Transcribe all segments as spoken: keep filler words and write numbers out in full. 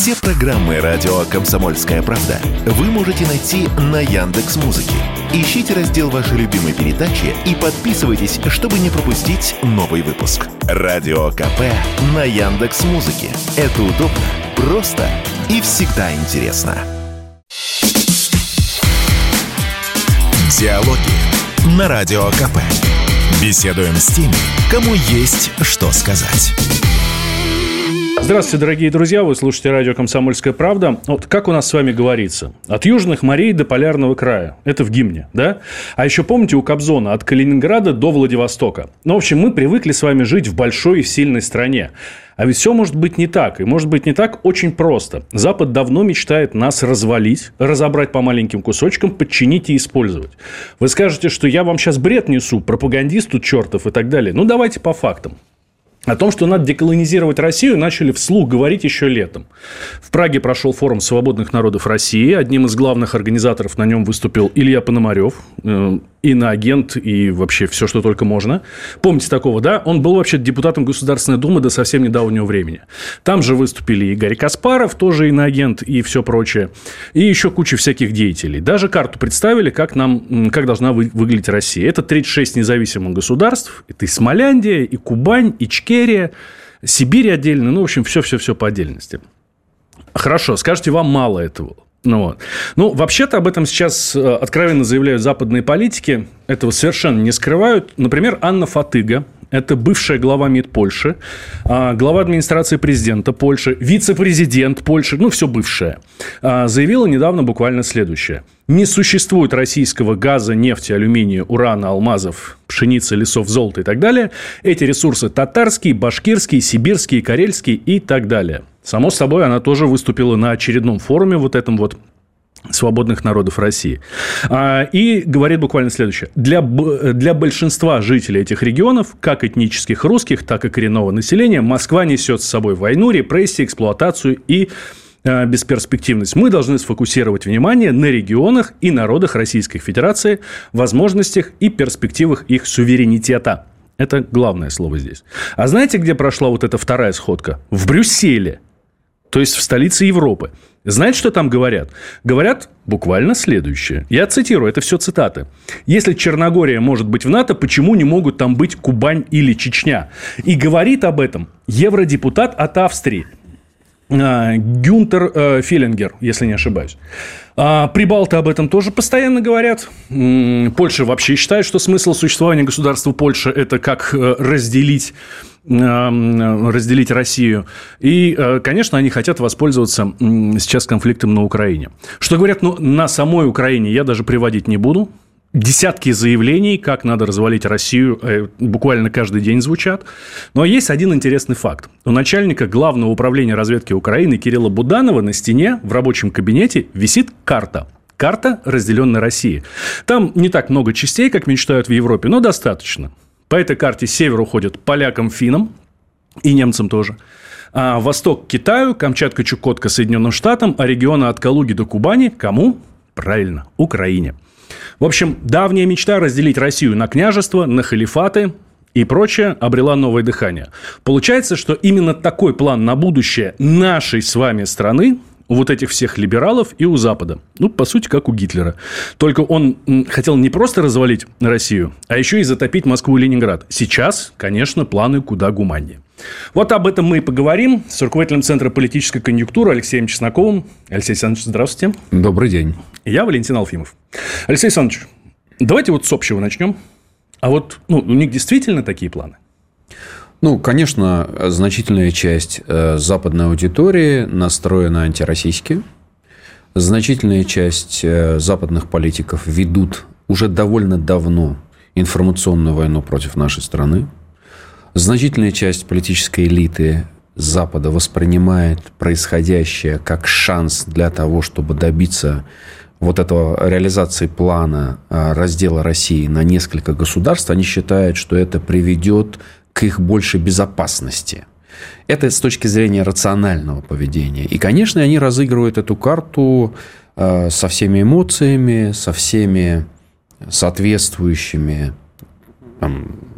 Все программы радио «Комсомольская правда» вы можете найти на Яндекс.Музыке. Ищите раздел вашей любимой передачи и подписывайтесь, чтобы не пропустить новый выпуск. Радио КП на Яндекс.Музыке. Это удобно, просто и всегда интересно. Диалоги на Радио КП. Беседуем с теми, кому есть что сказать. Здравствуйте, дорогие друзья, вы слушаете радио «Комсомольская правда». Вот как у нас с вами говорится, от южных морей до полярного края. Это в гимне, да? А еще помните у Кобзона от Калининграда до Владивостока. Ну, в общем, мы привыкли с вами жить в большой и сильной стране. А ведь все может быть не так. И может быть не так очень просто. Запад давно мечтает нас развалить, разобрать по маленьким кусочкам, подчинить и использовать. Вы скажете, что я вам сейчас бред несу, пропагандист тут чертов и так далее. Ну, давайте по фактам. О том, что надо деколонизировать Россию, начали вслух говорить еще летом. В Праге прошел форум свободных народов России. Одним из главных организаторов на нем выступил Илья Пономарев. Э, иноагент и вообще все, что только можно. Помните такого, да? Он был вообще депутатом Государственной Думы до совсем недавнего времени. Там же выступили и Гарри Каспаров, тоже иноагент, и все прочее. И еще куча всяких деятелей. Даже карту представили, как, нам, как должна вы, выглядеть Россия. Это тридцать шесть независимых государств. Это и Смоляндия, и Кубань, и Чкерия, Сибирь отдельно. Ну, в общем, все-все-все по отдельности. Хорошо, скажете, вам мало этого. Ну, вот. ну, вообще-то об этом сейчас откровенно заявляют западные политики. Этого совершенно не скрывают. Например, Анна Фатыга. Это бывшая глава МИД Польши, глава администрации президента Польши, вице-президент Польши, ну, все бывшее, заявила недавно буквально следующее. Не существует российского газа, нефти, алюминия, урана, алмазов, пшеницы, лесов, золота и так далее. Эти ресурсы татарские, башкирские, сибирские, карельские и так далее. Само собой, она тоже выступила на очередном форуме вот этом вот свободных народов России. И говорит буквально следующее. Для, для большинства жителей этих регионов, как этнических русских, так и коренного населения, Москва несет с собой войну, репрессии, эксплуатацию и бесперспективность. Мы должны сфокусировать внимание на регионах и народах Российской Федерации, возможностях и перспективах их суверенитета. Это главное слово здесь. А знаете, где прошла вот эта вторая сходка? В Брюсселе. То есть в столице Европы. Знаете, что там говорят? Говорят буквально следующее. Я цитирую, это все цитаты. Если Черногория может быть в НАТО, почему не могут там быть Кубань или Чечня? И говорит об этом евродепутат от Австрии Гюнтер Феллингер, если не ошибаюсь. Прибалты об этом тоже постоянно говорят. Польша вообще считает, что смысл существования государства Польши – это как разделить, разделить Россию. И, конечно, они хотят воспользоваться сейчас конфликтом на Украине. Что говорят, ну, на самой Украине я даже приводить не буду. Десятки заявлений, как надо развалить Россию, буквально каждый день звучат. Но есть один интересный факт. У начальника Главного управления разведки Украины Кирилла Буданова на стене в рабочем кабинете висит карта. Карта разделенной России. Там не так много частей, как мечтают в Европе, но достаточно. По этой карте север уходит полякам, финнам и немцам тоже. А восток – Китаю, Камчатка, Чукотка – Соединенным Штатам, а регионы от Калуги до Кубани – кому? Правильно, Украине. В общем, давняя мечта разделить Россию на княжества, на халифаты и прочее обрела новое дыхание. Получается, что именно такой план на будущее нашей с вами страны у вот этих всех либералов и у Запада. Ну, по сути, как у Гитлера. Только он хотел не просто развалить Россию, а еще и затопить Москву и Ленинград. Сейчас, конечно, планы куда гуманнее. Вот об этом мы и поговорим с руководителем Центра политической конъюнктуры Алексеем Чесноковым. Алексей Александрович, здравствуйте. Добрый день. Я Валентин Алфимов. Алексей Александрович, давайте вот с общего начнем. А вот ну, у них действительно такие планы? Ну, конечно, значительная часть западной аудитории настроена антироссийски. Значительная часть западных политиков ведут уже довольно давно информационную войну против нашей страны. Значительная часть политической элиты Запада воспринимает происходящее как шанс для того, чтобы добиться вот этого реализации плана раздела России на несколько государств. Они считают, что это приведет к их большей безопасности. Это с точки зрения рационального поведения. И, конечно, они разыгрывают эту карту со всеми эмоциями, со всеми соответствующими там,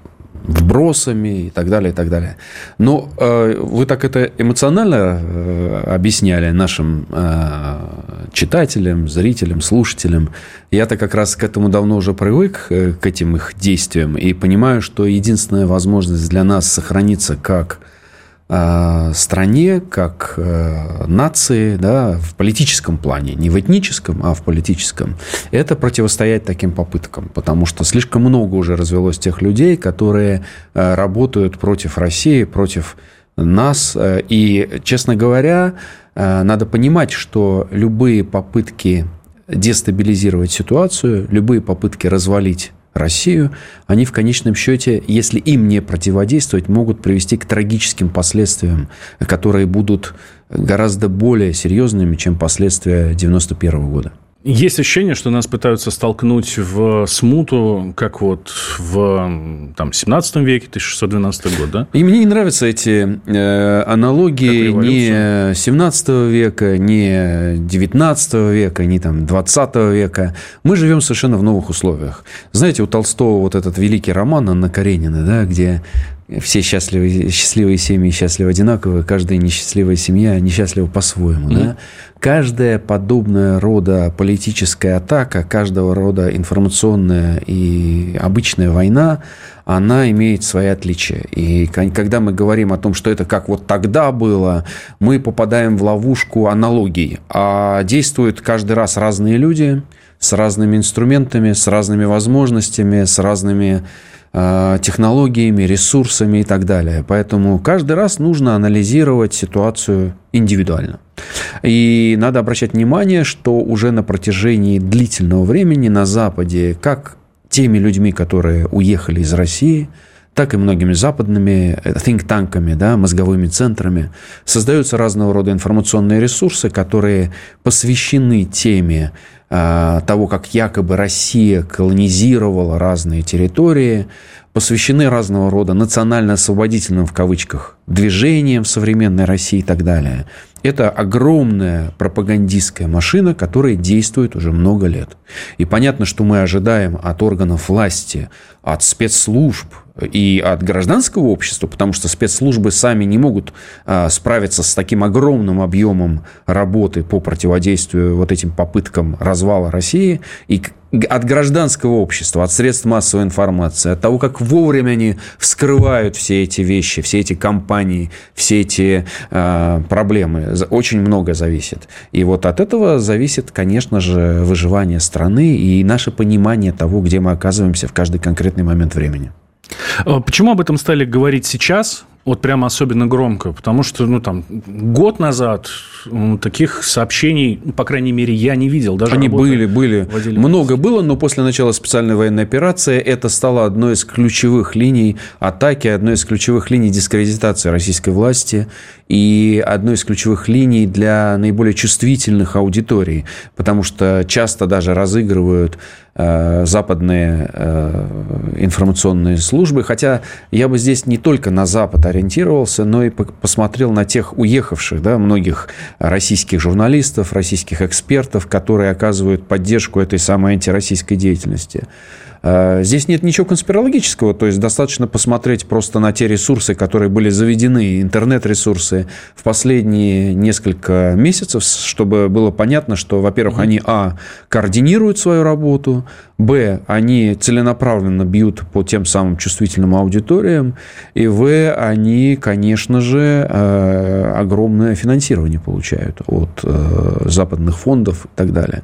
вбросами и так далее, и так далее. Но э, вы так это эмоционально э, объясняли нашим э, читателям, зрителям, слушателям. Я-то как раз к этому давно уже привык, э, к этим их действиям, и понимаю, что единственная возможность для нас сохраниться как стране, как э, нации, да, в политическом плане, не в этническом, а в политическом, это противостоять таким попыткам, потому что слишком много уже развелось тех людей, которые э, работают против России, против нас, и, честно говоря, э, надо понимать, что любые попытки дестабилизировать ситуацию, любые попытки развалить Россию, они в конечном счете, если им не противодействовать, могут привести к трагическим последствиям, которые будут гораздо более серьезными, чем последствия девяносто первого года. Есть ощущение, что нас пытаются столкнуть в смуту, как вот в там, семнадцатом веке, тысяча шестьсот двенадцатый год, да? И мне не нравятся эти э, аналогии ни семнадцатого века, ни девятнадцатого века, ни там, двадцатого века. Мы живем совершенно в новых условиях. Знаете, у Толстого вот этот великий роман «Анна Каренина», да, где все счастливые, счастливые семьи счастливы одинаково, каждая несчастливая семья несчастлива по-своему. Mm-hmm. Да? Каждая подобная рода политическая атака, каждого рода информационная и обычная война, она имеет свои отличия. И когда мы говорим о том, что это как вот тогда было, мы попадаем в ловушку аналогий. А действуют каждый раз разные люди с разными инструментами, с разными возможностями, с разными технологиями, ресурсами и так далее. Поэтому каждый раз нужно анализировать ситуацию индивидуально. И надо обращать внимание, что уже на протяжении длительного времени на Западе, как теми людьми, которые уехали из России, так и многими западными think-танками, да, мозговыми центрами, создаются разного рода информационные ресурсы, которые посвящены теме того, как якобы Россия колонизировала разные территории, посвящены разного рода национально-освободительным, в кавычках, движениям в современной России и так далее. Это огромная пропагандистская машина, которая действует уже много лет. И понятно, что мы ожидаем от органов власти, от спецслужб и от гражданского общества, потому что спецслужбы сами не могут а, справиться с таким огромным объемом работы по противодействию вот этим попыткам развала России, и от гражданского общества, от средств массовой информации, от того, как вовремя они вскрывают все эти вещи, все эти кампании, все эти а, проблемы. Очень много зависит. И вот от этого зависит, конечно же, выживание страны и наше понимание того, где мы оказываемся в каждый конкретный момент времени. Почему об этом стали говорить сейчас? Вот прямо особенно громко, потому что, ну, там, год назад таких сообщений, по крайней мере, я не видел. Даже Они были, были. Много было, но после начала специальной военной операции это стало одной из ключевых линий атаки, одной из ключевых линий дискредитации российской власти и одной из ключевых линий для наиболее чувствительных аудиторий, потому что часто даже разыгрывают э, западные э, информационные службы, хотя я бы здесь не только на Запад ориентировался, но и посмотрел на тех уехавших, да, многих российских журналистов, российских экспертов, которые оказывают поддержку этой самой антироссийской деятельности. Здесь нет ничего конспирологического, то есть достаточно посмотреть просто на те ресурсы, которые были заведены, интернет-ресурсы, в последние несколько месяцев, чтобы было понятно, что, во-первых, они, а, координируют свою работу, б, они целенаправленно бьют по тем самым чувствительным аудиториям, и в, они, конечно же, огромное финансирование получают от западных фондов и так далее.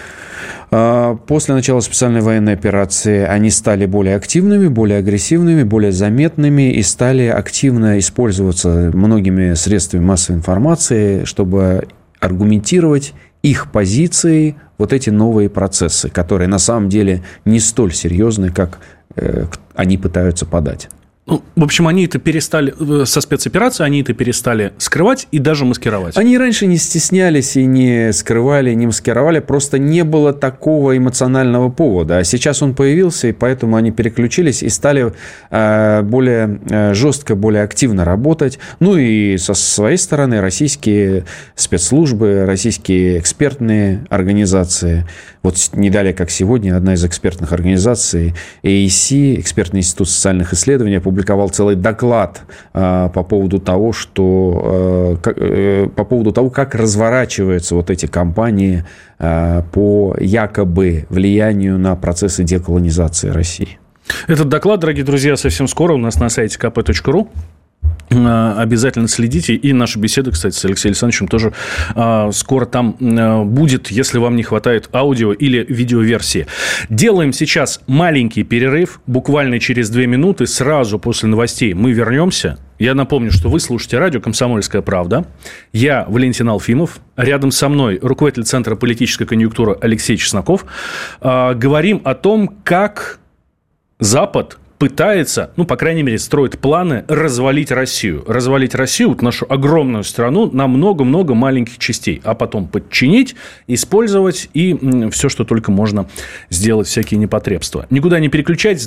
После начала специальной военной операции они стали более активными, более агрессивными, более заметными и стали активно использоваться многими средствами массовой информации, чтобы аргументировать их позицией вот эти новые процессы, которые на самом деле не столь серьезны, как они пытаются подать. Ну, в общем, они это перестали, со спецоперацией они это перестали скрывать и даже маскировать. Они раньше не стеснялись и не скрывали, не маскировали, просто не было такого эмоционального повода. А сейчас он появился, и поэтому они переключились и стали более жестко, более активно работать. Ну и со своей стороны российские спецслужбы, российские экспертные организации. Вот не далее, как сегодня, одна из экспертных организаций, эй ай си, Экспертный институт социальных исследований, опубликовал целый доклад а, по поводу того, что, а, как, а, по поводу того, как разворачиваются вот эти кампании а, по якобы влиянию на процессы деколонизации России. Этот доклад, дорогие друзья, совсем скоро у нас на сайте ка пэ точка ру. Обязательно следите. И наша беседа, кстати, с Алексеем Александровичем тоже а, скоро там а, будет, если вам не хватает аудио или видеоверсии. Делаем сейчас маленький перерыв. Буквально через две минуты, сразу после новостей, мы вернемся. Я напомню, что вы слушаете радио «Комсомольская правда». Я Валентин Алфимов. Рядом со мной руководитель Центра политической конъюнктуры Алексей Чесноков. А, говорим о том, как Запад пытается, ну, по крайней мере, строит планы развалить Россию. Развалить Россию, вот нашу огромную страну, на много-много маленьких частей, а потом подчинить, использовать и м, все, что только можно сделать, всякие непотребства. Никуда не переключайтесь.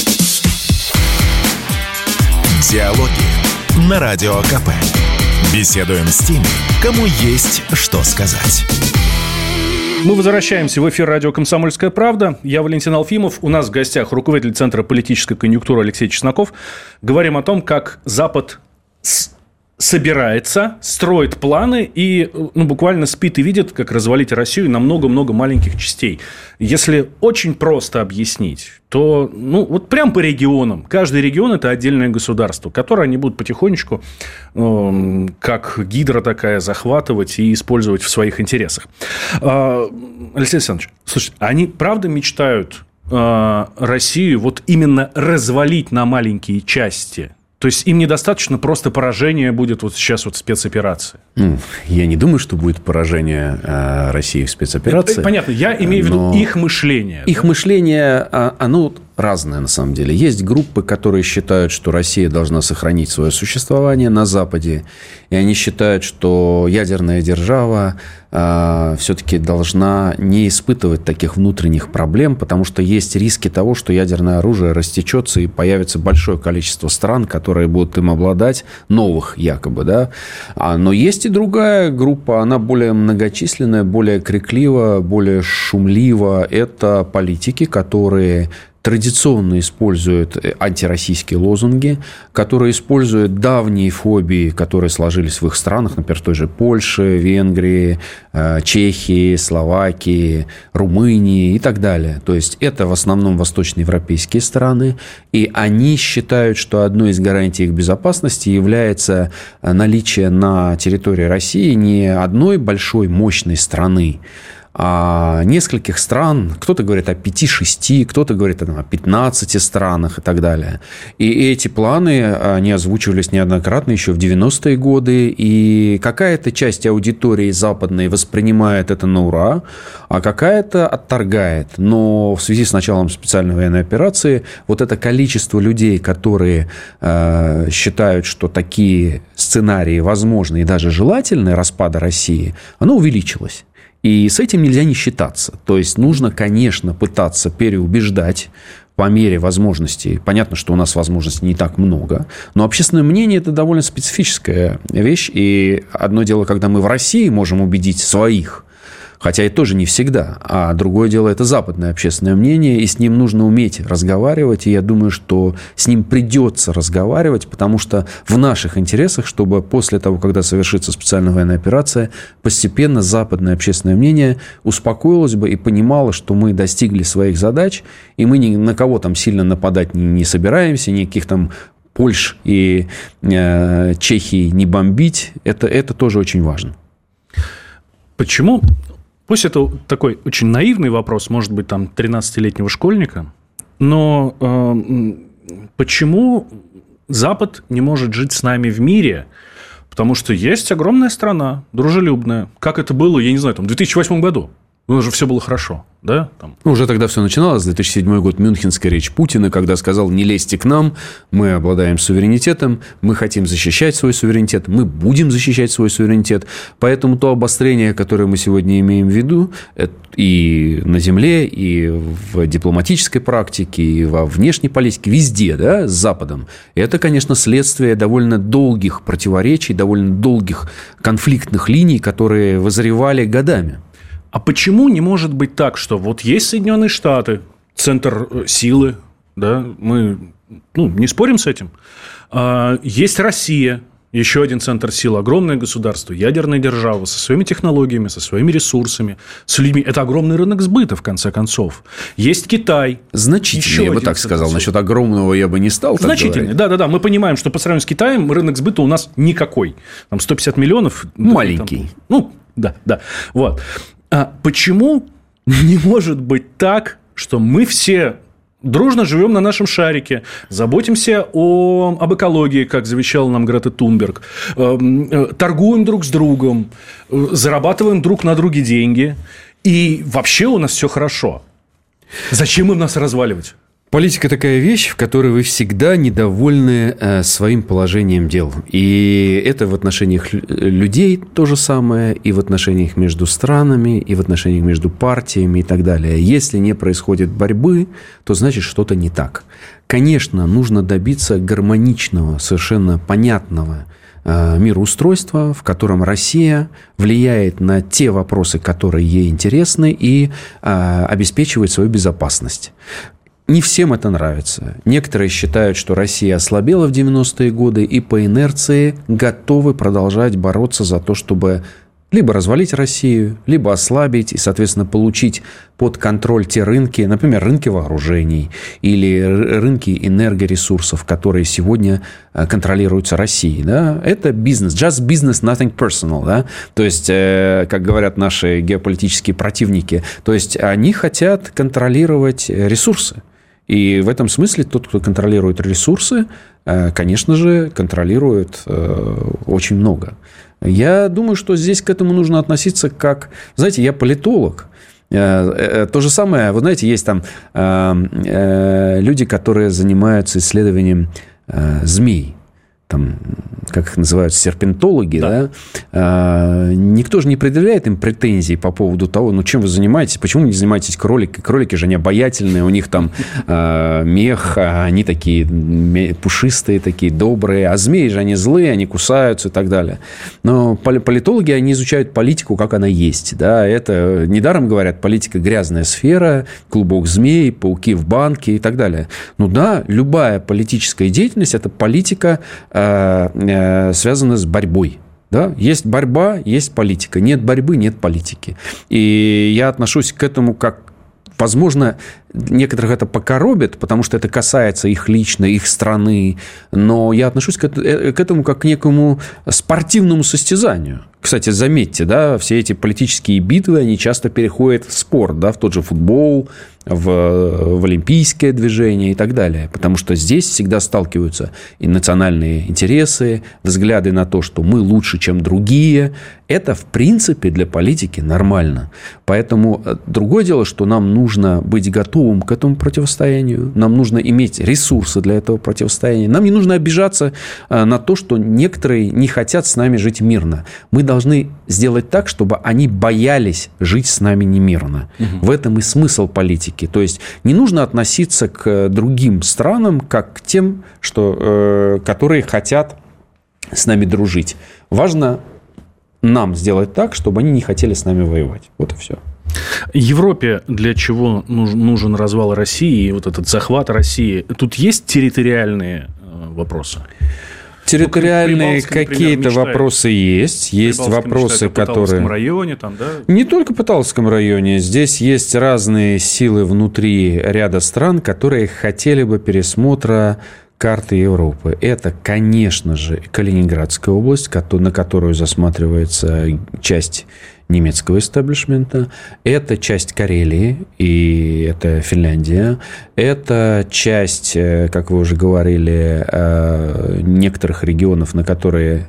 Диалоги на Радио КП. Беседуем с теми, кому есть что сказать. Мы возвращаемся в эфир радио «Комсомольская правда». Я Валентин Алфимов. У нас в гостях руководитель Центра политической конъюнктуры Алексей Чесноков. Говорим о том, как Запад с... собирается, строит планы и ну, буквально спит и видит, как развалить Россию на много-много маленьких частей. Если очень просто объяснить, то ну, вот прям по регионам. Каждый регион – это отдельное государство, которое они будут потихонечку, э, как гидра такая, захватывать и использовать в своих интересах. Э, Алексей Александрович, слушайте, они правда мечтают э, Россию вот именно развалить на маленькие части? То есть им недостаточно просто поражение будет вот сейчас вот спецоперации? Ну, я не думаю, что будет поражение э, России в спецоперации. Это, понятно, я имею в виду их мышление. Их да? мышление, оно разное на самом деле. Есть группы, которые считают, что Россия должна сохранить свое существование на Западе, и они считают, что ядерная держава э, все-таки должна не испытывать таких внутренних проблем, потому что есть риски того, что ядерное оружие растечется и появится большое количество стран, которые будут им обладать, новых якобы, да. А, но есть и другая группа, она более многочисленная, более криклива, более шумлива. Это политики, которые традиционно используют антироссийские лозунги, которые используют давние фобии, которые сложились в их странах, например, в той же Польше, Венгрии, Чехии, Словакии, Румынии и так далее. То есть это в основном восточноевропейские страны, и они считают, что одной из гарантий их безопасности является наличие на территории России не одной большой мощной страны, а нескольких стран, кто-то говорит о пяти-шести, кто-то говорит о пятнадцати странах и так далее. И эти планы, они озвучивались неоднократно еще в девяностые годы, и какая-то часть аудитории западной воспринимает это на ура, а какая-то отторгает. Но в связи с началом специальной военной операции вот это количество людей, которые э, считают, что такие сценарии возможны и даже желательны распада России, оно увеличилось. И с этим нельзя не считаться. То есть нужно, конечно, пытаться переубеждать по мере возможностей. Понятно, что у нас возможностей не так много, но общественное мнение – это довольно специфическая вещь. И одно дело, когда мы в России можем убедить своих, хотя и тоже не всегда. А другое дело – это западное общественное мнение, и с ним нужно уметь разговаривать. И я думаю, что с ним придется разговаривать, потому что в наших интересах, чтобы после того, когда совершится специальная военная операция, постепенно западное общественное мнение успокоилось бы и понимало, что мы достигли своих задач, и мы ни на кого там сильно нападать не, не собираемся, никаких там Польш и э, Чехии не бомбить. Это, это тоже очень важно. Почему... Пусть это такой очень наивный вопрос, может быть, там, тринадцатилетнего школьника, но э, почему Запад не может жить с нами в мире? Потому что есть огромная страна, дружелюбная. Как это было, я не знаю, там, в две тысячи восьмом году. У нас же все было хорошо. Да, там. Ну, уже тогда все начиналось. две тысячи седьмой год, Мюнхенская речь Путина, когда сказал: не лезьте к нам, мы обладаем суверенитетом, мы хотим защищать свой суверенитет, мы будем защищать свой суверенитет. Поэтому то обострение, которое мы сегодня имеем в виду, и на земле, и в дипломатической практике, и во внешней политике, везде, да, с Западом, это, конечно, следствие довольно долгих противоречий, довольно долгих конфликтных линий, которые вызревали годами. А почему не может быть так, что вот есть Соединенные Штаты, центр силы, да, мы ну, не спорим с этим, а, есть Россия, еще один центр силы, огромное государство, ядерная держава со своими технологиями, со своими ресурсами, с людьми. Это огромный рынок сбыта, в конце концов. Есть Китай. Значительный, я бы так сказал. Сил. Насчет огромного я бы не стал. Значительный, да-да-да. Мы понимаем, что по сравнению с Китаем рынок сбыта у нас никакой. Там сто пятьдесят миллионов. Маленький. Там, ну, да, да. Вот. А почему не может быть так, что мы все дружно живем на нашем шарике, заботимся о, об экологии, как завещал нам Грета Тунберг, торгуем друг с другом, зарабатываем друг на друге деньги, и вообще у нас все хорошо? Зачем им нас разваливать? Политика такая вещь, в которой вы всегда недовольны э, своим положением дел. И это в отношениях людей то же самое, и в отношениях между странами, и в отношениях между партиями и так далее. Если не происходит борьбы, то значит что-то не так. Конечно, нужно добиться гармоничного, совершенно понятного э, мироустройства, в котором Россия влияет на те вопросы, которые ей интересны, и э, обеспечивает свою безопасность. Не всем это нравится. Некоторые считают, что Россия ослабела в девяностые годы и по инерции готовы продолжать бороться за то, чтобы либо развалить Россию, либо ослабить и, соответственно, получить под контроль те рынки, например, рынки вооружений или рынки энергоресурсов, которые сегодня контролируются Россией. Да? Это бизнес. Just business, nothing personal. Да? То есть, как говорят наши геополитические противники, то есть они хотят контролировать ресурсы. И в этом смысле тот, кто контролирует ресурсы, конечно же, контролирует очень много. Я думаю, что здесь к этому нужно относиться как... Знаете, я политолог. То же самое, вы знаете, есть там люди, которые занимаются исследованием змей. Там, как их называют, серпентологи, да. Да? А, никто же не предъявляет им претензий по поводу того, ну, чем вы занимаетесь, почему вы не занимаетесь кроликами. Кролики же они обаятельные, у них там а, мех, они такие пушистые, такие добрые, а змеи же они злые, они кусаются и так далее. Но политологи, они изучают политику, как она есть. Да? Это недаром говорят, политика грязная сфера, клубок змей, пауки в банке и так далее. Ну да, любая политическая деятельность – это политика, связано с борьбой. Да? Есть борьба, есть политика. Нет борьбы, нет политики. И я отношусь к этому как... Возможно, некоторых это покоробит, потому что это касается их лично, их страны. Но я отношусь к этому как к некому спортивному состязанию. Кстати, заметьте, да, все эти политические битвы, они часто переходят в спорт, да, в тот же футбол, в, в олимпийское движение и так далее. Потому что здесь всегда сталкиваются и национальные интересы, взгляды на то, что мы лучше, чем другие. Это, в принципе, для политики нормально. Поэтому другое дело, что нам нужно быть готовым к этому противостоянию. Нам нужно иметь ресурсы для этого противостояния. Нам не нужно обижаться на то, что некоторые не хотят с нами жить мирно. Мы должны сделать так, чтобы они боялись жить с нами немирно. Угу. В этом и смысл политики. То есть не нужно относиться к другим странам как к тем, что, э, которые хотят с нами дружить. Важно нам сделать так, чтобы они не хотели с нами воевать. Вот и все. Европе для чего нужен развал России и вот этот захват России? Тут есть территориальные вопросы? Территориальные ну, какие-то например, вопросы есть. Есть вопросы, которые... В Паталовском районе там, да? Не только в Паталовском районе. Здесь есть разные силы внутри ряда стран, которые хотели бы пересмотра карты Европы. Это, конечно же, Калининградская область, на которую засматривается часть немецкого истеблишмента. Это часть Карелии, и это Финляндия. Это часть, как вы уже говорили, некоторых регионов, на которые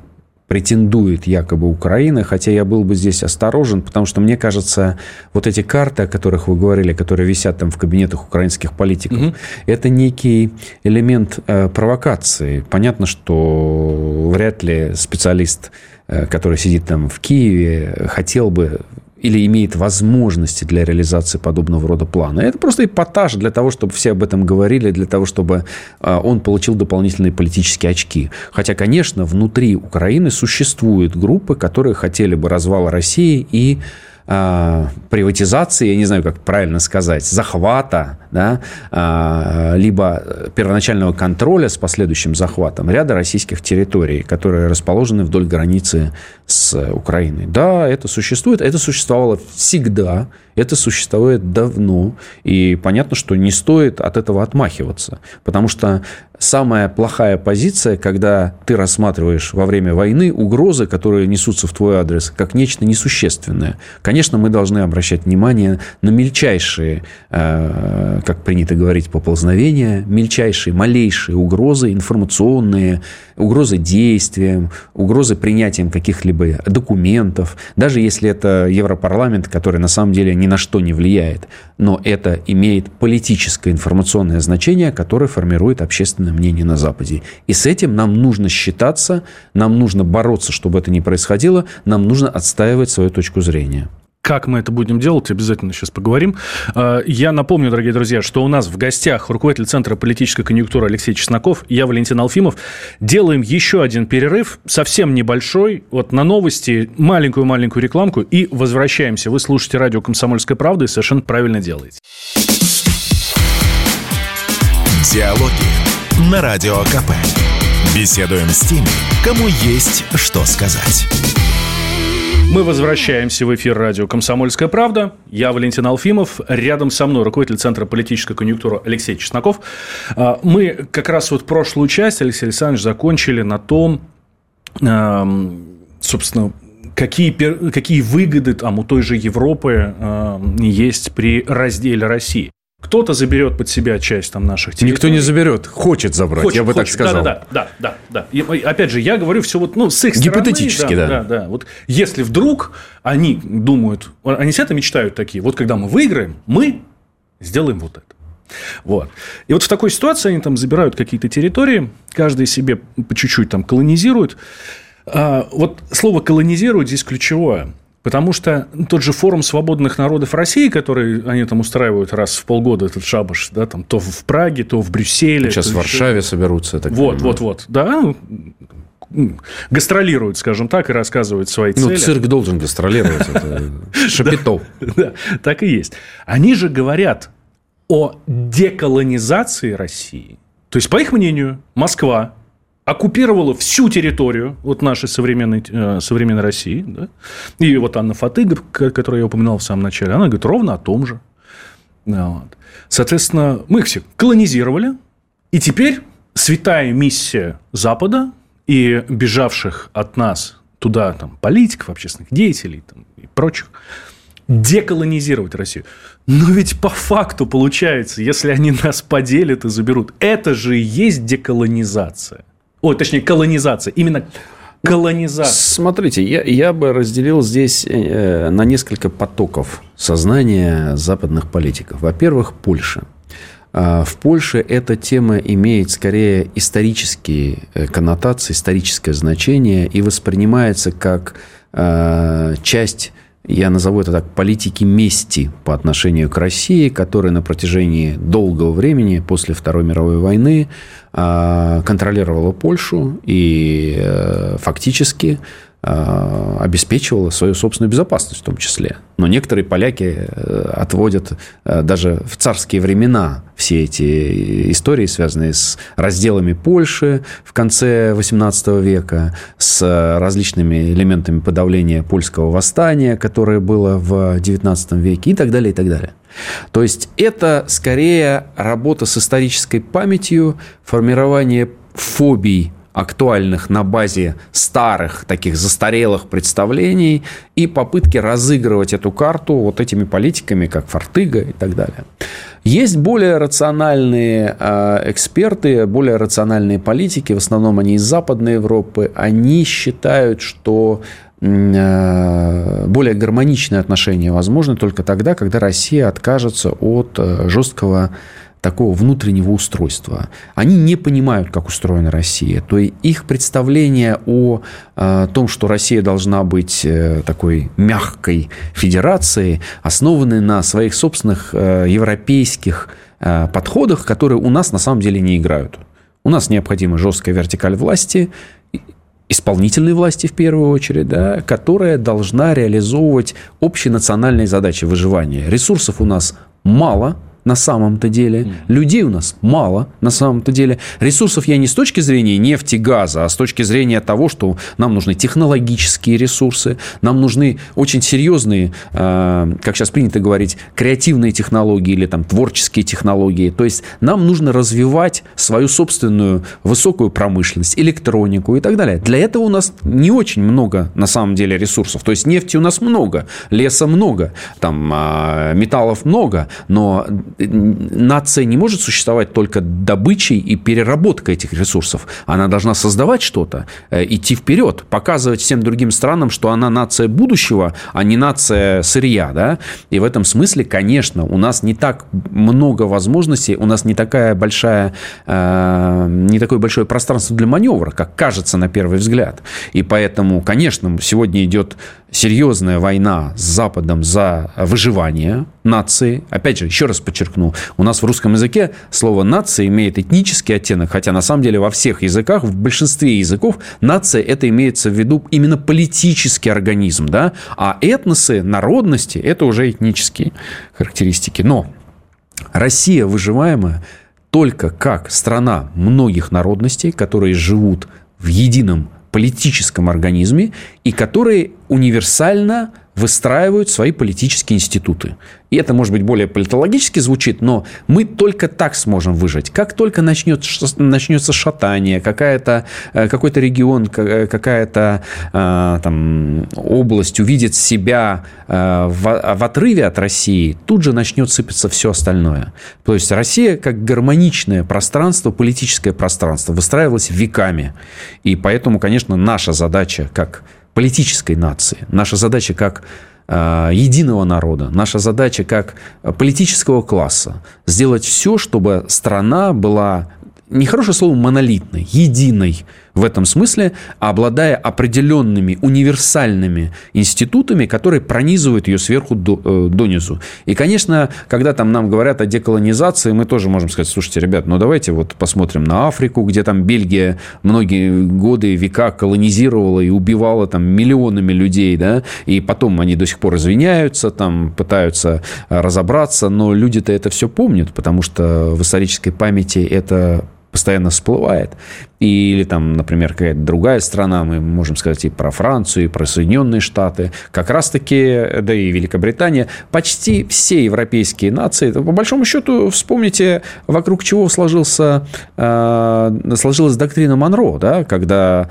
претендует якобы Украина, хотя я был бы здесь осторожен, потому что, мне кажется, вот эти карты, о которых вы говорили, которые висят там в кабинетах украинских политиков, угу. это некий элемент э, провокации. Понятно, что вряд ли специалист, э, который сидит там в Киеве, хотел бы или имеет возможности для реализации подобного рода плана. Это просто эпатаж для того, чтобы все об этом говорили, для того, чтобы он получил дополнительные политические очки. Хотя, конечно, внутри Украины существуют группы, которые хотели бы развала России и приватизации, я не знаю, как правильно сказать, захвата, да, либо первоначального контроля с последующим захватом ряда российских территорий, которые расположены вдоль границы с Украиной. Да, это существует, это существовало всегда, это существует давно, и понятно, что не стоит от этого отмахиваться, потому что самая плохая позиция, когда ты рассматриваешь во время войны угрозы, которые несутся в твой адрес, как нечто несущественное. Конечно, мы должны обращать внимание на мельчайшие, как принято говорить, поползновения, мельчайшие, малейшие угрозы информационные, угрозы действием, угрозы принятием каких-либо документов, даже если это Европарламент, который на самом деле ни на что не влияет, но это имеет политическое информационное значение, которое формирует общественное мнение на Западе. И с этим нам нужно считаться, нам нужно бороться, чтобы это не происходило, нам нужно отстаивать свою точку зрения. Как мы это будем делать, обязательно сейчас поговорим. Я напомню, дорогие друзья, что у нас в гостях руководитель Центра политической конъюнктуры Алексей Чесноков, я Валентин Алфимов. Делаем еще один перерыв, совсем небольшой, вот на новости, маленькую-маленькую рекламку, и возвращаемся. Вы слушаете радио «Комсомольская правда» и совершенно правильно делаете. Диалоги на Радио КП. Беседуем с теми, кому есть что сказать. Мы возвращаемся в эфир радио «Комсомольская правда». Я Валентин Алфимов. Рядом со мной руководитель Центра политической конъюнктуры Алексей Чесноков. Мы как раз вот прошлую часть, Алексей Александрович, закончили на том, собственно, какие, какие выгоды там у той же Европы есть при разделе России. Кто-то заберет под себя часть там наших территорий. Никто не заберет, хочет забрать, хочет, я бы хочет. так сказал. Да, да, да, да, да. И, опять же, я говорю все вот, ну, с их стороны. Гипотетически, да. Да, да, да. Вот если вдруг они думают, они сидят и мечтают такие, вот когда мы выиграем, мы сделаем вот это. Вот. И вот в такой ситуации они там забирают какие-то территории, каждый себе по чуть-чуть там колонизирует. А, вот слово «колонизирует» здесь ключевое. Потому что тот же форум свободных народов России, который они там устраивают раз в полгода, этот шабаш, да, там, то в Праге, то в Брюсселе. Сейчас в Варшаве еще... соберутся. Так вот, понимаю. вот, вот, да, гастролируют, скажем так, и рассказывают свои цели. Ну, цирк должен гастролировать, это Шапито. Да, так и есть. Они же говорят о деколонизации России. То есть, по их мнению, Москва оккупировала всю территорию вот нашей современной, э, современной России. Да? И вот Анна Фатыга, которую я упоминал в самом начале, она говорит ровно о том же. Вот. Соответственно, мы их все колонизировали. И теперь святая миссия Запада и бежавших от нас туда там, политиков, общественных деятелей там, и прочих деколонизировать Россию. Но ведь по факту получается, если они нас поделят и заберут, это же и есть деколонизация. Ой, точнее, колонизация. Именно колонизация. Смотрите, я, я бы разделил здесь э, на несколько потоков сознания западных политиков. Во-первых, Польша. В Польше эта тема имеет скорее исторические коннотации, историческое значение и воспринимается как э, часть, я назову это так, политики мести по отношению к России, которая на протяжении долгого времени после Второй мировой войны контролировала Польшу и фактически обеспечивала свою собственную безопасность в том числе. Но некоторые поляки отводят даже в царские времена все эти истории, связанные с разделами Польши в конце восемнадцатого века, с различными элементами подавления польского восстания, которое было в девятнадцатом веке и так далее, и так далее. То есть, это скорее работа с исторической памятью, формирование фобий актуальных на базе старых, таких застарелых представлений и попытки разыгрывать эту карту вот этими политиками, как Фортыга и так далее. Есть более рациональные эксперты, более рациональные политики, в основном они из Западной Европы, они считают, что более гармоничные отношения возможны только тогда, когда Россия откажется от жесткого такого внутреннего устройства. Они не понимают, как устроена Россия. То есть их представление о, о том, что Россия должна быть такой мягкой федерацией, основаны на своих собственных европейских подходах, которые у нас на самом деле не играют. У нас необходима жесткая вертикаль власти, исполнительной власти в первую очередь, да, которая должна реализовывать общенациональные задачи выживания. Ресурсов у нас мало на самом-то деле. Mm. Людей у нас мало на самом-то деле. Ресурсов я не с точки зрения нефти, газа, а с точки зрения того, что нам нужны технологические ресурсы, нам нужны очень серьезные, э, как сейчас принято говорить, креативные технологии или там, творческие технологии. То есть нам нужно развивать свою собственную высокую промышленность, электронику и так далее. Для этого у нас не очень много на самом деле ресурсов. То есть нефти у нас много, леса много, там, э, металлов много, но нация не может существовать только добычей и переработкой этих ресурсов. Она должна создавать что-то, идти вперед, показывать всем другим странам, что она нация будущего, а не нация сырья. Да? И в этом смысле, конечно, у нас не так много возможностей, у нас не, такая большая, не такое большое пространство для маневра, как кажется на первый взгляд. И поэтому, конечно, сегодня идет серьезная война с Западом за выживание нации. Опять же, еще раз подчеркну, у нас в русском языке слово «нация» имеет этнический оттенок, хотя на самом деле во всех языках, в большинстве языков нация – это имеется в виду именно политический организм, да? А этносы, народности – это уже этнические характеристики. Но Россия выживаемая только как страна многих народностей, которые живут в едином политическом организме и которые универсально выстраивают свои политические институты. И это, может быть, более политологически звучит, но мы только так сможем выжить. Как только начнется, начнется шатание, какая-то, какой-то регион, какая-то там, область увидит себя в, в отрыве от России, тут же начнет сыпаться все остальное. То есть Россия как гармоничное пространство, политическое пространство, выстраивалась веками. И поэтому, конечно, наша задача как политической нации, наша задача как э, единого народа, наша задача как политического класса сделать все, чтобы страна была, нехорошее слово, монолитной, единой в этом смысле, обладая определенными универсальными институтами, которые пронизывают ее сверху до, донизу. И, конечно, когда там нам говорят о деколонизации, мы тоже можем сказать: слушайте, ребят, ну давайте вот посмотрим на Африку, где там Бельгия многие годы, века колонизировала и убивала там миллионами людей, да, и потом они до сих пор извиняются, там пытаются разобраться, но люди-то это все помнят, потому что в исторической памяти это постоянно всплывает. Или там, например, какая-то другая страна, мы можем сказать и про Францию, и про Соединенные Штаты, как раз-таки, да и Великобритания, почти все европейские нации, по большому счету, вспомните, вокруг чего сложился, э, сложилась доктрина Монро, да, когда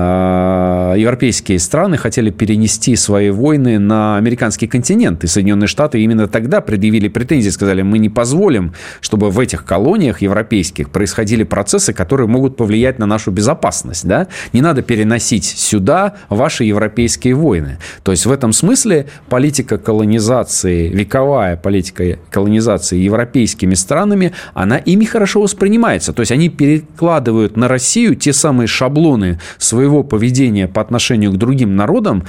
э, европейские страны хотели перенести свои войны на американский континент, и Соединенные Штаты именно тогда предъявили претензии, сказали: мы не позволим, чтобы в этих колониях европейских происходили процессы, которые могут повлиять на нашу безопасность. Да? Не надо переносить сюда ваши европейские войны. То есть в этом смысле политика колонизации, вековая политика колонизации европейскими странами, она ими хорошо воспринимается. То есть они перекладывают на Россию те самые шаблоны своего поведения по отношению к другим народам,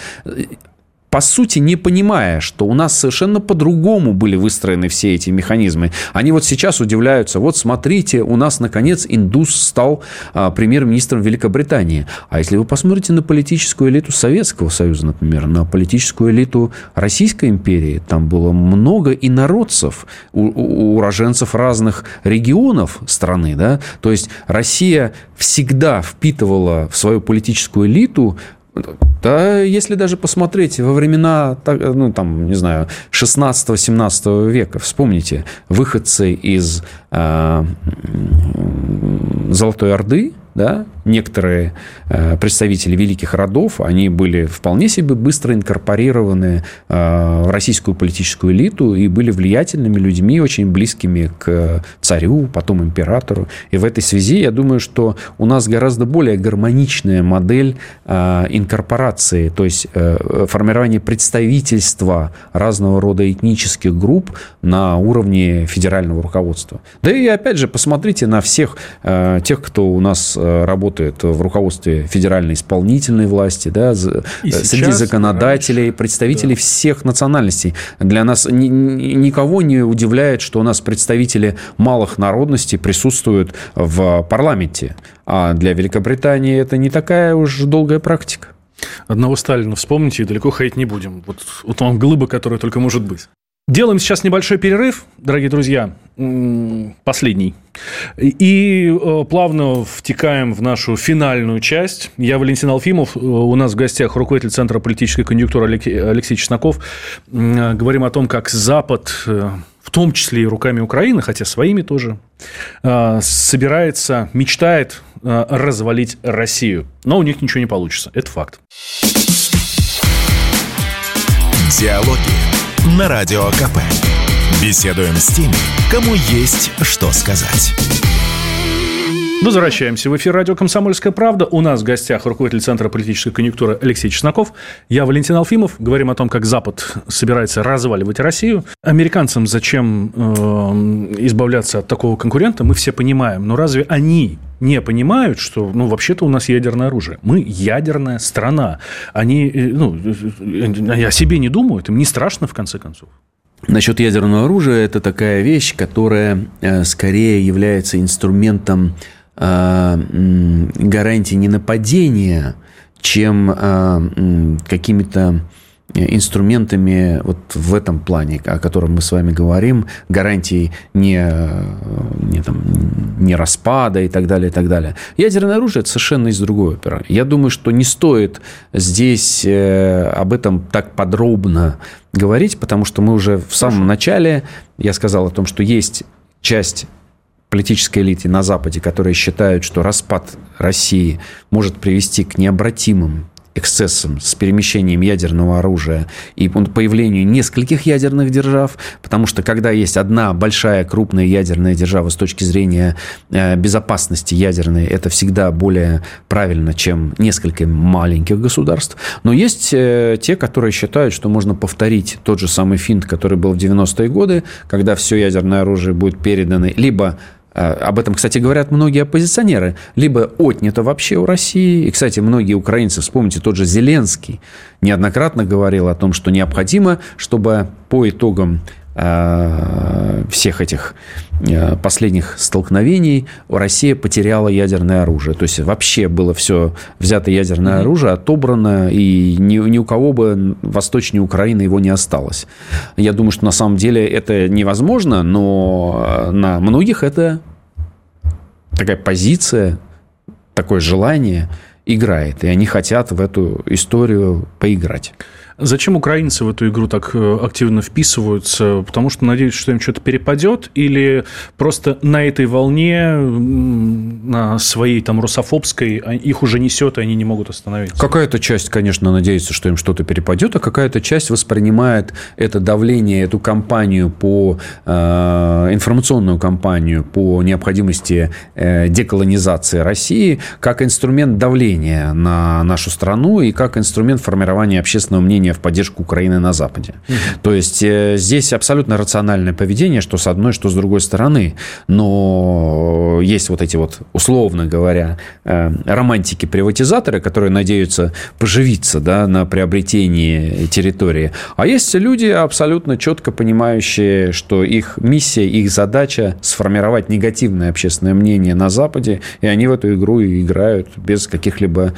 по сути, не понимая, что у нас совершенно по-другому были выстроены все эти механизмы. Они вот сейчас удивляются: вот смотрите, у нас, наконец, индус стал а, премьер-министром Великобритании. А если вы посмотрите на политическую элиту Советского Союза, например, на политическую элиту Российской империи, там было много инородцев, у, у, уроженцев разных регионов страны. Да? То есть Россия всегда впитывала в свою политическую элиту. Да, если даже посмотреть во времена, ну, там, не знаю, шестнадцатого-семнадцатого века, вспомните, выходцы из э, Золотой Орды, да, некоторые э, представители великих родов, они были вполне себе быстро инкорпорированы э, в российскую политическую элиту и были влиятельными людьми, очень близкими к царю, потом императору. И в этой связи я думаю, что у нас гораздо более гармоничная модель э, инкорпорации, то есть э, формирование представительства разного рода этнических групп на уровне федерального руководства. Да и опять же, посмотрите на всех э, тех, кто у нас работает в руководстве федеральной исполнительной власти, да, сейчас, среди законодателей, раньше, представителей да. всех национальностей. Для нас ни, никого не удивляет, что у нас представители малых народностей присутствуют в парламенте. А для Великобритании это не такая уж долгая практика. Одного Сталина вспомните, и далеко ходить не будем. Вот, вот вам глыба, которая только может быть. Делаем сейчас небольшой перерыв, дорогие друзья, последний. И плавно втекаем в нашу финальную часть. Я Валентин Алфимов, у нас в гостях руководитель Центра политической конъюнктуры Алексей Чесноков. Говорим о том, как Запад, в том числе и руками Украины, хотя своими тоже, собирается, мечтает развалить Россию. Но у них ничего не получится. Это факт. Диалоги на Радио КП. Беседуем с теми, кому есть что сказать. Возвращаемся в эфир радио «Комсомольская правда». У нас в гостях руководитель Центра политической конъюнктуры Алексей Чесноков. Я Валентин Алфимов. Говорим о том, как Запад собирается разваливать Россию. Американцам зачем э, избавляться от такого конкурента, мы все понимаем. Но разве они не понимают, что, ну, вообще-то у нас ядерное оружие? Мы ядерная страна. Они, ну, о себе не думают, им не страшно, в конце концов. Насчет ядерного оружия, это такая вещь, которая скорее является инструментом гарантии ненападения, чем какими-то инструментами вот в этом плане, о котором мы с вами говорим, гарантии не, не, там, не распада и так далее, и так далее. Ядерное оружие – это совершенно из другой оперы. Я думаю, что не стоит здесь об этом так подробно говорить, потому что мы уже в самом начале, я сказал о том, что есть часть политической элиты на Западе, которые считают, что распад России может привести к необратимым эксцессом с перемещением ядерного оружия и появлению нескольких ядерных держав, потому что когда есть одна большая крупная ядерная держава с точки зрения безопасности ядерной, это всегда более правильно, чем несколько маленьких государств. Но есть те, которые считают, что можно повторить тот же самый финт, который был в девяностые годы, когда все ядерное оружие будет передано либо об этом, кстати, говорят многие оппозиционеры. Либо отнято вообще у России. И, кстати, многие украинцы, вспомните, тот же Зеленский неоднократно говорил о том, что необходимо, чтобы по итогам всех этих последних столкновений Россия потеряла ядерное оружие. То есть, вообще было все взято ядерное mm-hmm. оружие, отобрано, и ни, ни у кого бы восточнее Украины его не осталось. Я думаю, что на самом деле это невозможно, но на многих это такая позиция, такое желание играет, и они хотят в эту историю поиграть. Зачем украинцы в эту игру так активно вписываются? Потому что надеются, что им что-то перепадет? Или просто на этой волне, на своей там русофобской, их уже несет, и они не могут остановиться? Какая-то часть, конечно, надеется, что им что-то перепадет, а какая-то часть воспринимает это давление, эту кампанию по э, информационную кампанию по необходимости э, деколонизации России как инструмент давления на нашу страну и как инструмент формирования общественного мнения в поддержку Украины на Западе. Mm-hmm. То есть, э, здесь абсолютно рациональное поведение, что с одной, что с другой стороны. Но есть вот эти вот, условно говоря, э, романтики-приватизаторы, которые надеются поживиться, да, на приобретении территории. А есть люди, абсолютно четко понимающие, что их миссия, их задача сформировать негативное общественное мнение на Западе, и они в эту игру играют без каких-либо,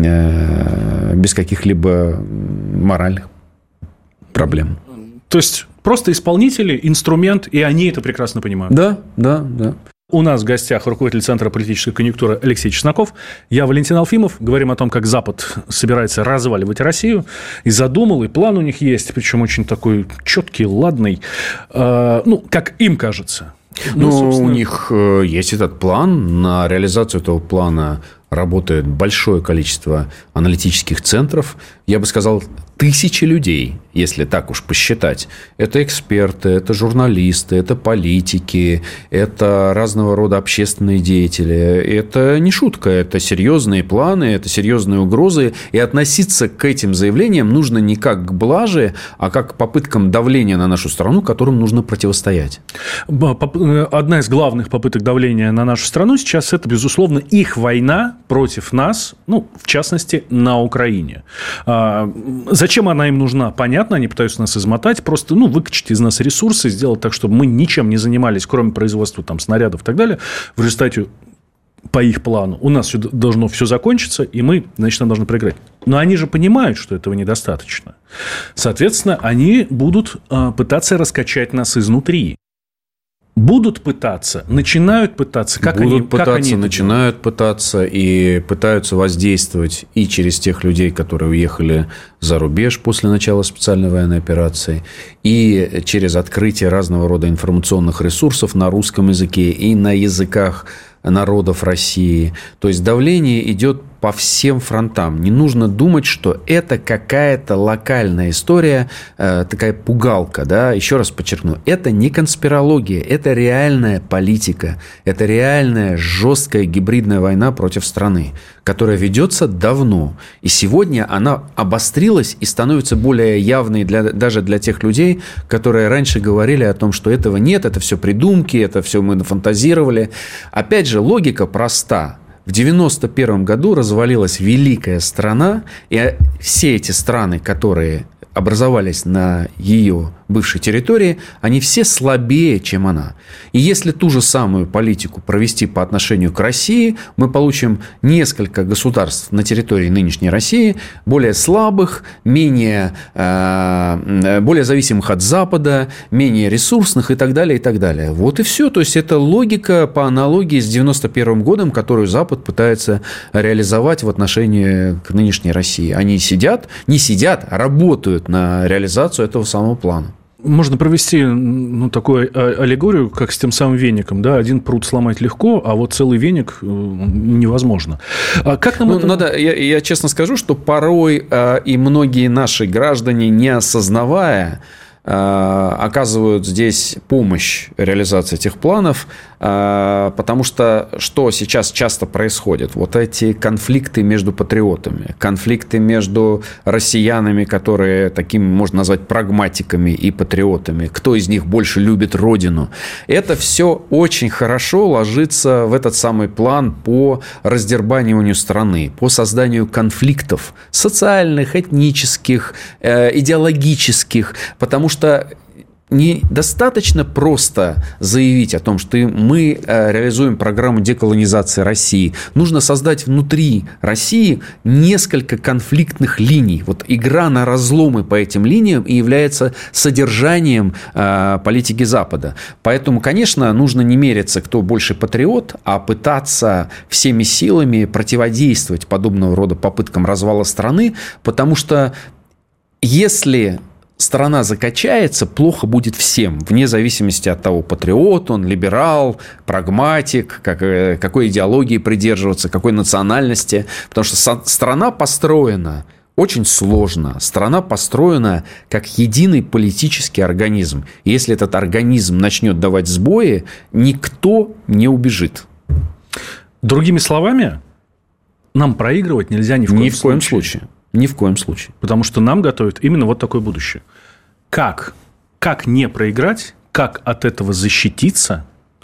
э, без каких-либо моральных проблем. То есть, просто исполнители, инструмент, и они это прекрасно понимают. Да, да, да. У нас в гостях руководитель Центра политической конъюнктуры Алексей Чесноков. Я Валентин Алфимов. Говорим о том, как Запад собирается разваливать Россию. И задумал, и план у них есть, причем очень такой четкий, ладный. Э, ну, как им кажется. Ну, ну собственно... у них есть этот план. На реализацию этого плана работает большое количество аналитических центров. Я бы сказал, тысячи людей, если так уж посчитать. Это эксперты, это журналисты, это политики, это разного рода общественные деятели. Это не шутка, это серьезные планы, это серьезные угрозы. И относиться к этим заявлениям нужно не как к блаже, а как к попыткам давления на нашу страну, которым нужно противостоять. Одна из главных попыток давления на нашу страну сейчас – это, безусловно, их война против нас, ну, в частности, на Украине. Зачем она им нужна? Понятно, они пытаются нас измотать, просто, ну, выкачать из нас ресурсы, сделать так, чтобы мы ничем не занимались, кроме производства там снарядов и так далее. В результате, по их плану, у нас должно все закончиться, и мы, значит, должны проиграть. Но они же понимают, что этого недостаточно. Соответственно, они будут пытаться раскачать нас изнутри. Будут пытаться, начинают пытаться. Как Будут они, пытаться, как они начинают делают? пытаться и пытаются воздействовать и через тех людей, которые уехали за рубеж после начала специальной военной операции, и через открытие разного рода информационных ресурсов на русском языке и на языках народов России. То есть давление идет по всем фронтам. Не нужно думать, что это какая-то локальная история, э, такая пугалка. Да? Еще раз подчеркну, это не конспирология, это реальная политика, это реальная жесткая гибридная война против страны, которая ведется давно. И сегодня она обострилась и становится более явной для, даже для тех людей, которые раньше говорили о том, что этого нет, это все придумки, это все мы нафантазировали. Опять же, логика проста. В девяносто первом году развалилась великая страна, и все эти страны, которые образовались на ее бывшей территории, они все слабее, чем она. И если ту же самую политику провести по отношению к России, мы получим несколько государств на территории нынешней России, более слабых, менее, более зависимых от Запада, менее ресурсных и так далее, и так далее. Вот и все. То есть, это логика по аналогии с девяносто первым годом, которую Запад пытается реализовать в отношении к нынешней России. Они сидят, не сидят, а работают на реализацию этого самого плана. Можно провести, ну, такую аллегорию, как с тем самым веником. Да? Один прут сломать легко, а вот целый веник невозможно. А как нам ну, это... надо, я, я честно скажу, что порой э, и многие наши граждане, не осознавая, э, оказывают здесь помощь реализации этих планов, э, потому что что сейчас часто происходит? Вот эти конфликты между патриотами, конфликты между россиянами, которые такими можно назвать прагматиками и патриотами, кто из них больше любит родину, это все очень хорошо ложится в этот самый план по раздербаниванию страны, по созданию конфликтов социальных, этнических, э, идеологических, потому что недостаточно просто заявить о том, что мы реализуем программу деколонизации России. Нужно создать внутри России несколько конфликтных линий. Вот игра на разломы по этим линиям и является содержанием политики Запада. Поэтому, конечно, нужно не мериться, кто больше патриот, а пытаться всеми силами противодействовать подобного рода попыткам развала страны, потому что если страна закачается, плохо будет всем, вне зависимости от того, патриот он, либерал, прагматик, как, какой идеологии придерживаться, какой национальности. Потому что страна построена очень сложно. Страна построена как единый политический организм. И если этот организм начнет давать сбои, никто не убежит. Другими словами, нам проигрывать нельзя ни в коем, ни в коем случае. случае. Ни в коем случае. Потому что нам готовят именно вот такое будущее. Как? Как не проиграть? Как от этого защититься?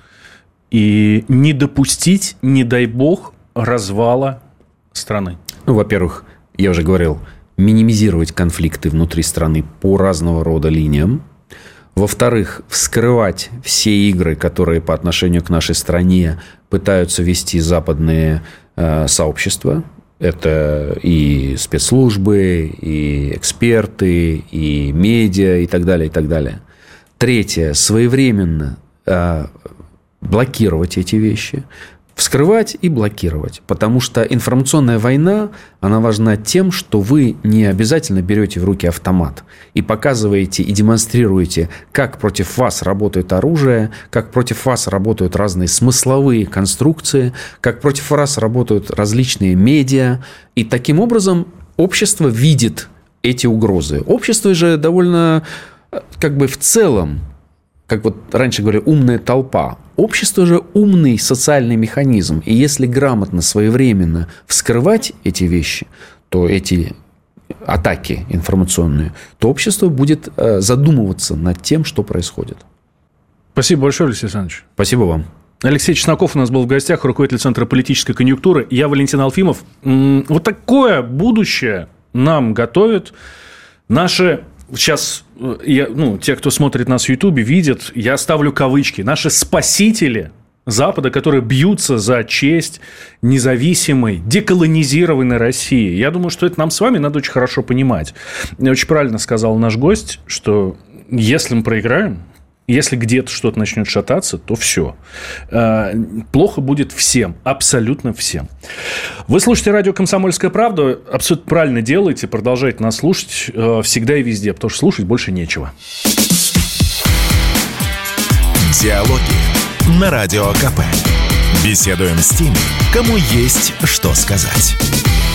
И не допустить, не дай бог, развала страны? Ну, во-первых, я уже говорил, минимизировать конфликты внутри страны по разного рода линиям. Во-вторых, вскрывать все игры, которые по отношению к нашей стране пытаются вести западные э, сообщества. Это и спецслужбы, и эксперты, и медиа, и так далее, и так далее. Третье. Своевременно э, блокировать эти вещи. вскрывать и блокировать. Потому что информационная война, она важна тем, что вы не обязательно берете в руки автомат и показываете и демонстрируете, как против вас работает оружие, как против вас работают разные смысловые конструкции, как против вас работают различные медиа. И таким образом общество видит эти угрозы. Общество же довольно, как бы в целом, как вот раньше говорили, умная толпа. Общество же умный социальный механизм. И если грамотно, своевременно вскрывать эти вещи, то эти атаки информационные, то общество будет задумываться над тем, что происходит. Спасибо большое, Алексей Александрович. Спасибо вам. Алексей Чесноков у нас был в гостях, руководитель Центра политической конъюнктуры. Я Валентин Алфимов. Вот такое будущее нам готовят наши... Сейчас, я, ну, те, кто смотрит нас в Ютубе, видят, я ставлю кавычки, наши спасители Запада, которые бьются за честь независимой, деколонизированной России. Я думаю, что это нам с вами надо очень хорошо понимать. И очень правильно сказал наш гость, что если мы проиграем, если где-то что-то начнет шататься, то все. Плохо будет всем, абсолютно всем. Вы слушаете радио «Комсомольская правда». Абсолютно правильно делаете. Продолжайте нас слушать всегда и везде, потому что слушать больше нечего. Диалоги на Радио КП. Беседуем с теми, кому есть что сказать.